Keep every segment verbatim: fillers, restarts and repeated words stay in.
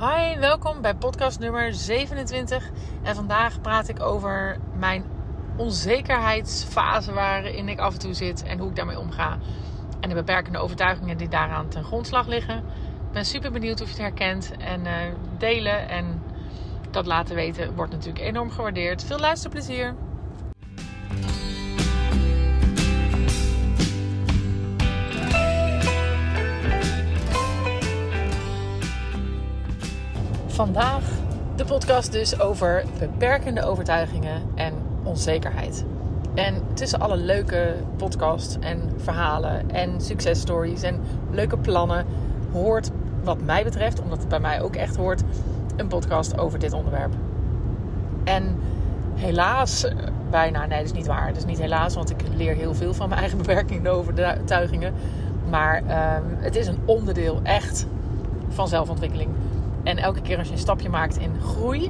Hi, welkom bij podcast nummer zevenentwintig. En vandaag praat ik over mijn onzekerheidsfase waarin ik af en toe zit en hoe ik daarmee omga. En de beperkende overtuigingen die daaraan ten grondslag liggen. Ik ben super benieuwd of je het herkent. En uh, delen en dat laten weten wordt natuurlijk enorm gewaardeerd. Veel luisterplezier! Vandaag de podcast dus over beperkende overtuigingen en onzekerheid. En tussen alle leuke podcasts en verhalen en successtories en leuke plannen hoort wat mij betreft, omdat het bij mij ook echt hoort, een podcast over dit onderwerp. En helaas, bijna, nee dat is niet waar. Dat is niet helaas, want ik leer heel veel van mijn eigen beperkende overtuigingen. Maar um, het is een onderdeel echt van zelfontwikkeling. En elke keer als je een stapje maakt in groei,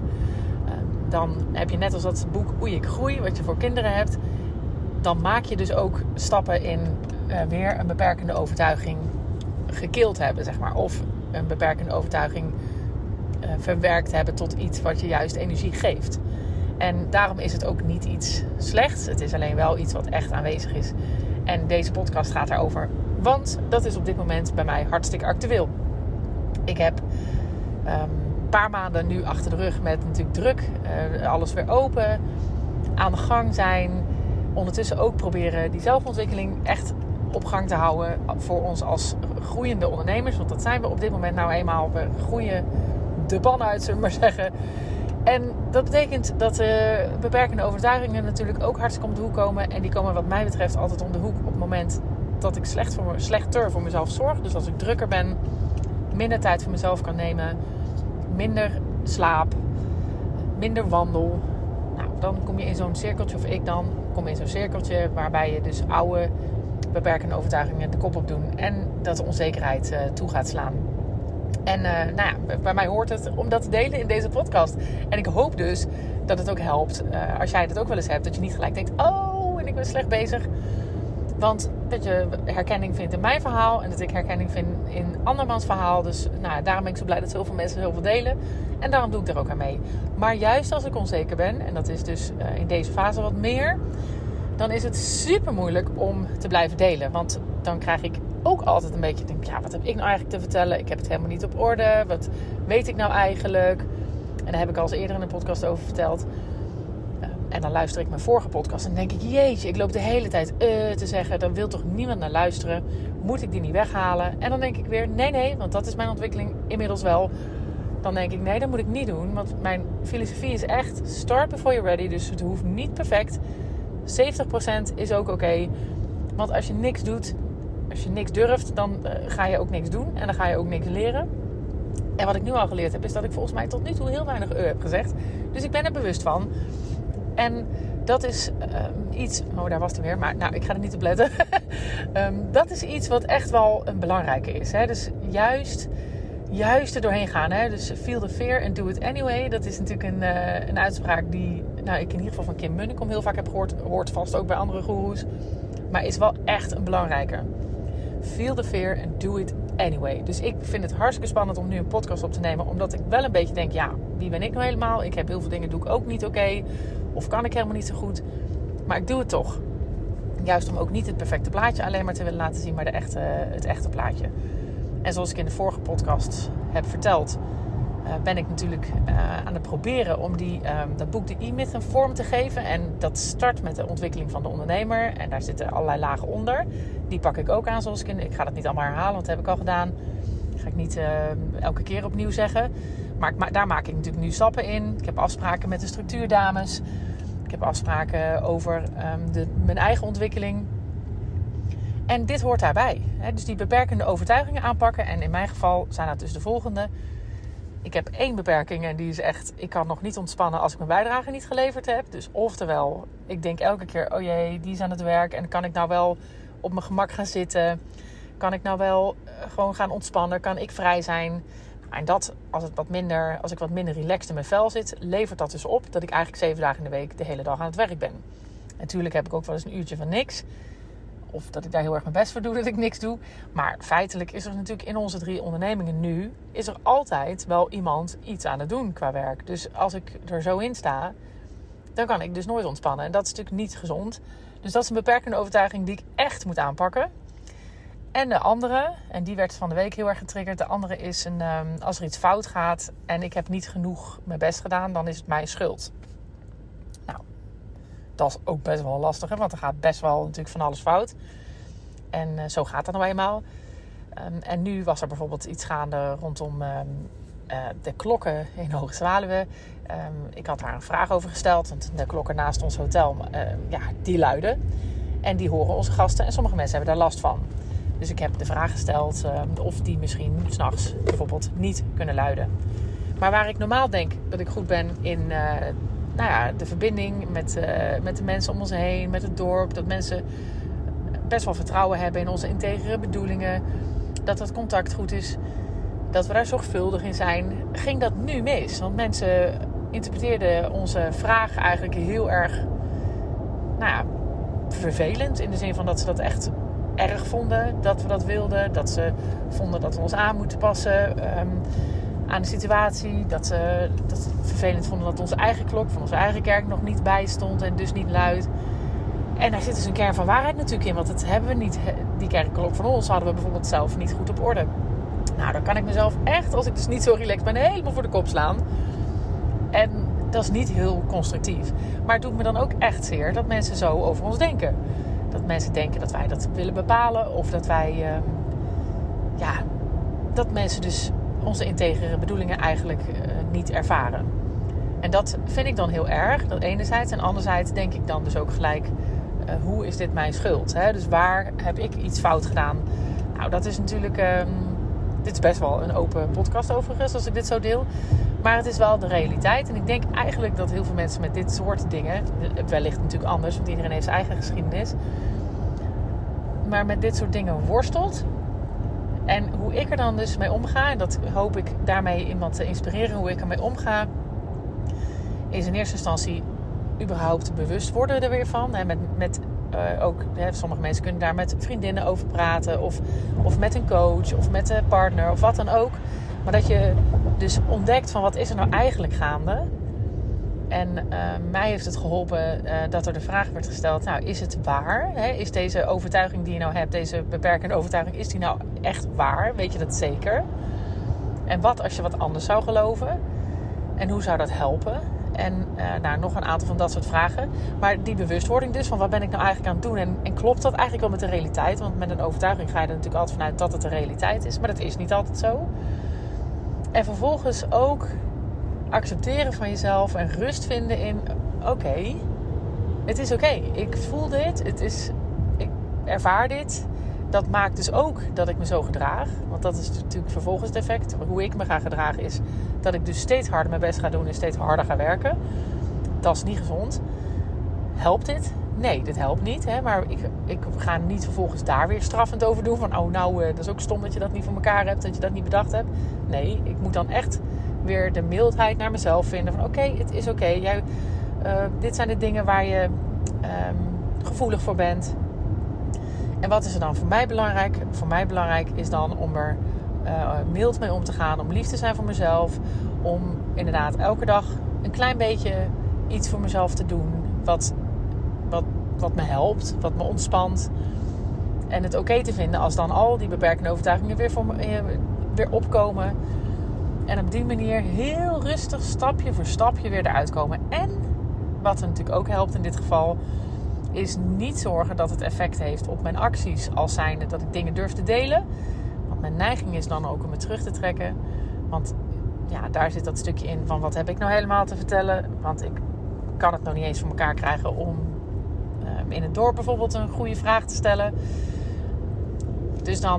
dan heb je net als dat boek Oei, ik groei, wat je voor kinderen hebt. Dan maak je dus ook stappen in uh, weer een beperkende overtuiging gekild hebben, zeg maar. Of een beperkende overtuiging uh, verwerkt hebben tot iets wat je juist energie geeft. En daarom is het ook niet iets slechts. Het is alleen wel iets wat echt aanwezig is. En deze podcast gaat daarover. Want dat is op dit moment bij mij hartstikke actueel. Ik heb een um, paar maanden nu achter de rug met natuurlijk druk. Uh, alles weer open. Aan de gang zijn. Ondertussen ook proberen die zelfontwikkeling echt op gang te houden. Voor ons als groeiende ondernemers. Want dat zijn we op dit moment nou eenmaal. We groeien de pan uit, zullen we maar zeggen. En dat betekent dat uh, beperkende overtuigingen natuurlijk ook hartstikke om de hoek komen. En die komen wat mij betreft altijd om de hoek op het moment dat ik slecht voor me, slechter voor mezelf zorg. Dus als ik drukker ben, minder tijd voor mezelf kan nemen, minder slaap, minder wandel. Nou, dan kom je in zo'n cirkeltje, of ik dan, kom in zo'n cirkeltje waarbij je dus oude beperkende overtuigingen de kop op doen en dat de onzekerheid uh, toe gaat slaan. En uh, nou ja, bij mij hoort het om dat te delen in deze podcast. En ik hoop dus dat het ook helpt, uh, als jij dat ook wel eens hebt, dat je niet gelijk denkt, oh, en ik ben slecht bezig. Want dat je herkenning vindt in mijn verhaal en dat ik herkenning vind in andermans verhaal. Dus nou, daarom ben ik zo blij dat zoveel mensen zoveel delen. En daarom doe ik er ook aan mee. Maar juist als ik onzeker ben, en dat is dus uh, in deze fase wat meer, dan is het super moeilijk om te blijven delen. Want dan krijg ik ook altijd een beetje, denk, ja, wat heb ik nou eigenlijk te vertellen? Ik heb het helemaal niet op orde. Wat weet ik nou eigenlijk? En daar heb ik al eens eerder in een podcast over verteld. En dan luister ik mijn vorige podcast en denk ik, jeetje, ik loop de hele tijd uh, te zeggen. Dan wil toch niemand naar luisteren? Moet ik die niet weghalen? En dan denk ik weer, nee, nee, want dat is mijn ontwikkeling inmiddels wel. Dan denk ik, nee, dat moet ik niet doen. Want mijn filosofie is echt, start before you're ready. Dus het hoeft niet perfect. zeventig procent is ook oké. Okay. Want als je niks doet, als je niks durft, dan uh, ga je ook niks doen. En dan ga je ook niks leren. En wat ik nu al geleerd heb, is dat ik volgens mij tot nu toe heel weinig uh heb gezegd. Dus ik ben er bewust van. En dat is um, iets... Oh, daar was hij weer. Maar nou, ik ga er niet op letten. um, dat is iets wat echt wel een belangrijke is. Hè? Dus juist, juist er doorheen gaan. Hè? Dus feel the fear and do it anyway. Dat is natuurlijk een, uh, een uitspraak die... Nou, ik in ieder geval van Kim Munnekom heel vaak heb gehoord. Hoort vast ook bij andere goeroes. Maar is wel echt een belangrijke. Feel the fear and do it anyway. Dus ik vind het hartstikke spannend om nu een podcast op te nemen. Omdat ik wel een beetje denk, ja, wie ben ik nou helemaal? Ik heb heel veel dingen, doe ik ook niet oké. Okay. Of kan ik helemaal niet zo goed. Maar ik doe het toch. Juist om ook niet het perfecte plaatje alleen maar te willen laten zien, maar de echte, het echte plaatje. En zoals ik in de vorige podcast heb verteld, uh, ben ik natuurlijk uh, aan het proberen om die, uh, dat boek de E-Myth een vorm te geven. En dat start met de ontwikkeling van de ondernemer. En daar zitten allerlei lagen onder. Die pak ik ook aan zoals ik in... Ik ga dat niet allemaal herhalen, want dat heb ik al gedaan. Dat ga ik niet uh, elke keer opnieuw zeggen. Maar ik, daar maak ik natuurlijk nu stappen in. Ik heb afspraken met de structuurdames. Ik heb afspraken over um, de, mijn eigen ontwikkeling. En dit hoort daarbij. Hè? Dus die beperkende overtuigingen aanpakken. En in mijn geval zijn dat dus de volgende. Ik heb één beperking en die is echt... Ik kan nog niet ontspannen als ik mijn bijdrage niet geleverd heb. Dus oftewel, ik denk elke keer... Oh jee, die is aan het werk. En kan ik nou wel op mijn gemak gaan zitten? Kan ik nou wel uh, gewoon gaan ontspannen? Kan ik vrij zijn? En dat, als, het wat minder, als ik wat minder relaxed in mijn vel zit, levert dat dus op dat ik eigenlijk zeven dagen in de week de hele dag aan het werk ben. Natuurlijk heb ik ook wel eens een uurtje van niks. Of dat ik daar heel erg mijn best voor doe dat ik niks doe. Maar feitelijk is er natuurlijk in onze drie ondernemingen nu... is er altijd wel iemand iets aan het doen qua werk. Dus als ik er zo in sta... dan kan ik dus nooit ontspannen. En dat is natuurlijk niet gezond. Dus dat is een beperkende overtuiging die ik echt moet aanpakken. En de andere, en die werd van de week heel erg getriggerd. De andere is, een, um, als er iets fout gaat en ik heb niet genoeg mijn best gedaan, dan is het mijn schuld. Nou, dat is ook best wel lastig, hè? Want er gaat best wel natuurlijk van alles fout. En uh, zo gaat dat nou eenmaal. Um, en nu was er bijvoorbeeld iets gaande rondom um, uh, de klokken in Hoge Zwaluwe. Um, ik had daar een vraag over gesteld, want de klokken naast ons hotel, uh, ja, die luiden. En die horen onze gasten en sommige mensen hebben daar last van. Dus ik heb de vraag gesteld uh, of die misschien 's nachts bijvoorbeeld niet kunnen luiden. Maar waar ik normaal denk dat ik goed ben in uh, nou ja, de verbinding met, uh, met de mensen om ons heen, met het dorp. Dat mensen best wel vertrouwen hebben in onze integere bedoelingen. Dat het contact goed is. Dat we daar zorgvuldig in zijn. Ging dat nu mis? Want mensen interpreteerden onze vraag eigenlijk heel erg nou ja, vervelend. In de zin van dat ze dat echt erg vonden dat we dat wilden. Dat ze vonden dat we ons aan moeten passen um, aan de situatie. Dat ze dat ze vervelend vonden dat onze eigen klok van onze eigen kerk nog niet bij stond en dus niet luid. En daar zit dus een kern van waarheid natuurlijk in. Want dat hebben we niet. Die kerkklok van ons hadden we bijvoorbeeld zelf niet goed op orde. Nou, dan kan ik mezelf echt, als ik dus niet zo relaxed ben, helemaal voor de kop slaan. En dat is niet heel constructief. Maar het doet me dan ook echt zeer dat mensen zo over ons denken. Dat mensen denken dat wij dat willen bepalen. Of dat wij... Uh, ja, dat mensen dus onze integere bedoelingen eigenlijk uh, niet ervaren. En dat vind ik dan heel erg. Dat enerzijds. En anderzijds denk ik dan dus ook gelijk... Uh, hoe is dit mijn schuld? Hè? Dus waar heb ik iets fout gedaan? Nou, dat is natuurlijk... Um, dit is best wel een open podcast overigens, als ik dit zo deel. Maar het is wel de realiteit. En ik denk eigenlijk dat heel veel mensen met dit soort dingen... wellicht natuurlijk anders, want iedereen heeft zijn eigen geschiedenis... maar met dit soort dingen worstelt. En hoe ik er dan dus mee omga... en dat hoop ik daarmee iemand te inspireren... hoe ik ermee omga... is in eerste instantie... überhaupt bewust worden er weer van. Hè, met, met, uh, ook, hè, sommige mensen kunnen daar met vriendinnen over praten... Of, of met een coach, of met een partner, of wat dan ook... Maar dat je dus ontdekt van wat is er nou eigenlijk gaande. En uh, mij heeft het geholpen uh, dat er de vraag werd gesteld... nou, is het waar? Hè? Is deze overtuiging die je nou hebt, deze beperkende overtuiging... is die nou echt waar? Weet je dat zeker? En wat als je wat anders zou geloven? En hoe zou dat helpen? En uh, nou, nog een aantal van dat soort vragen. Maar die bewustwording dus, van wat ben ik nou eigenlijk aan het doen? En, en klopt dat eigenlijk wel met de realiteit? Want met een overtuiging ga je er natuurlijk altijd vanuit dat het de realiteit is. Maar dat is niet altijd zo. En vervolgens ook accepteren van jezelf en rust vinden in... Oké, okay, het is oké. Okay. Ik voel dit. Het is, ik ervaar dit. Dat maakt dus ook dat ik me zo gedraag. Want dat is natuurlijk vervolgens het effect. Hoe ik me ga gedragen is dat ik dus steeds harder mijn best ga doen en steeds harder ga werken. Dat is niet gezond. Helpt dit? Nee, dit helpt niet. Hè? Maar ik, ik ga niet vervolgens daar weer straffend over doen. Van, oh nou, dat is ook stom dat je dat niet voor elkaar hebt. Dat je dat niet bedacht hebt. Nee, ik moet dan echt weer de mildheid naar mezelf vinden. Van oké, okay, het is oké. Okay. Jij, uh, dit zijn de dingen waar je um, gevoelig voor bent. En wat is er dan voor mij belangrijk? Voor mij belangrijk is dan om er uh, mild mee om te gaan. Om lief te zijn voor mezelf. Om inderdaad elke dag een klein beetje iets voor mezelf te doen. Wat, wat, wat me helpt. Wat me ontspant. En het oké te vinden als dan al die beperkende overtuigingen weer, voor me, uh, weer opkomen. En op die manier heel rustig stapje voor stapje weer eruit komen. En wat er natuurlijk ook helpt in dit geval... is niet zorgen dat het effect heeft op mijn acties. Als zijnde dat ik dingen durf te delen. Want mijn neiging is dan ook om me terug te trekken. Want ja, daar zit dat stukje in van wat heb ik nou helemaal te vertellen. Want ik kan het nog niet eens voor elkaar krijgen om um, in het dorp bijvoorbeeld een goede vraag te stellen. Dus dan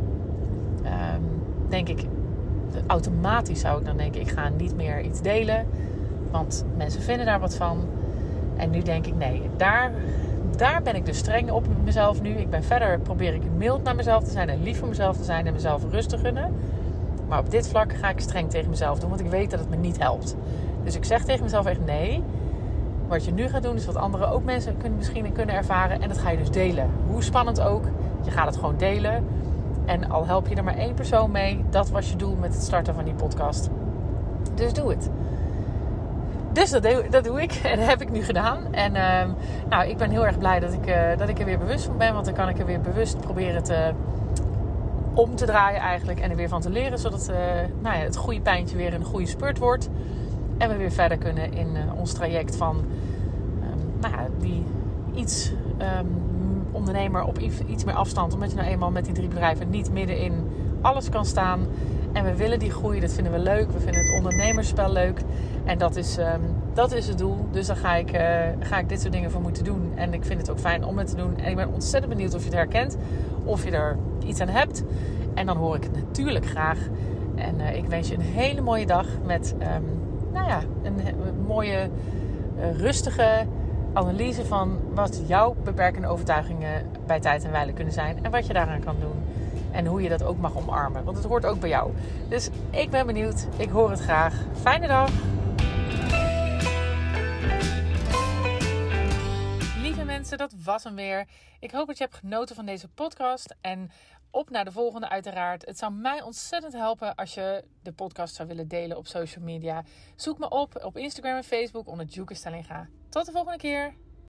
um, denk ik, automatisch zou ik dan denken, ik ga niet meer iets delen. Want mensen vinden daar wat van. En nu denk ik, nee, daar, daar ben ik dus streng op mezelf nu. Ik ben verder, probeer ik mild naar mezelf te zijn en lief voor mezelf te zijn en mezelf rust te gunnen. Maar op dit vlak ga ik streng tegen mezelf doen, want ik weet dat het me niet helpt. Dus ik zeg tegen mezelf echt, nee, Wat je nu gaat doen is wat andere ook mensen kunnen, misschien kunnen ervaren. En dat ga je dus delen. Hoe spannend ook. Je gaat het gewoon delen. En al help je er maar één persoon mee. Dat was je doel met het starten van die podcast. Dus doe het. Dus dat doe, dat doe ik. En dat heb ik nu gedaan. En uh, nou, ik ben heel erg blij dat ik, uh, dat ik er weer bewust van ben. Want dan kan ik er weer bewust proberen te, om te draaien eigenlijk. En er weer van te leren. Zodat uh, nou ja, het goede pijntje weer een goede spurt wordt. En we weer verder kunnen in uh, ons traject van um, nou ja, die iets um, ondernemer op iets meer afstand. Omdat je nou eenmaal met die drie bedrijven niet midden in alles kan staan. En we willen die groei, dat vinden we leuk. We vinden het ondernemersspel leuk. En dat is, um, dat is het doel. Dus daar ga ik, uh, ga ik dit soort dingen voor moeten doen. En ik vind het ook fijn om het te doen. En ik ben ontzettend benieuwd of je het herkent. Of je er iets aan hebt. En dan hoor ik het natuurlijk graag. En uh, ik wens je een hele mooie dag met um, nou ja, een, een mooie, uh, rustige analyse van wat jouw beperkende overtuigingen bij tijd en wijle kunnen zijn. En wat je daaraan kan doen. En hoe je dat ook mag omarmen. Want het hoort ook bij jou. Dus ik ben benieuwd. Ik hoor het graag. Fijne dag. Lieve mensen, dat was hem weer. Ik hoop dat je hebt genoten van deze podcast. En op naar de volgende uiteraard. Het zou mij ontzettend helpen als je de podcast zou willen delen op social media. Zoek me op op Instagram en Facebook onder Djoeke Stellinga. Tot de volgende keer.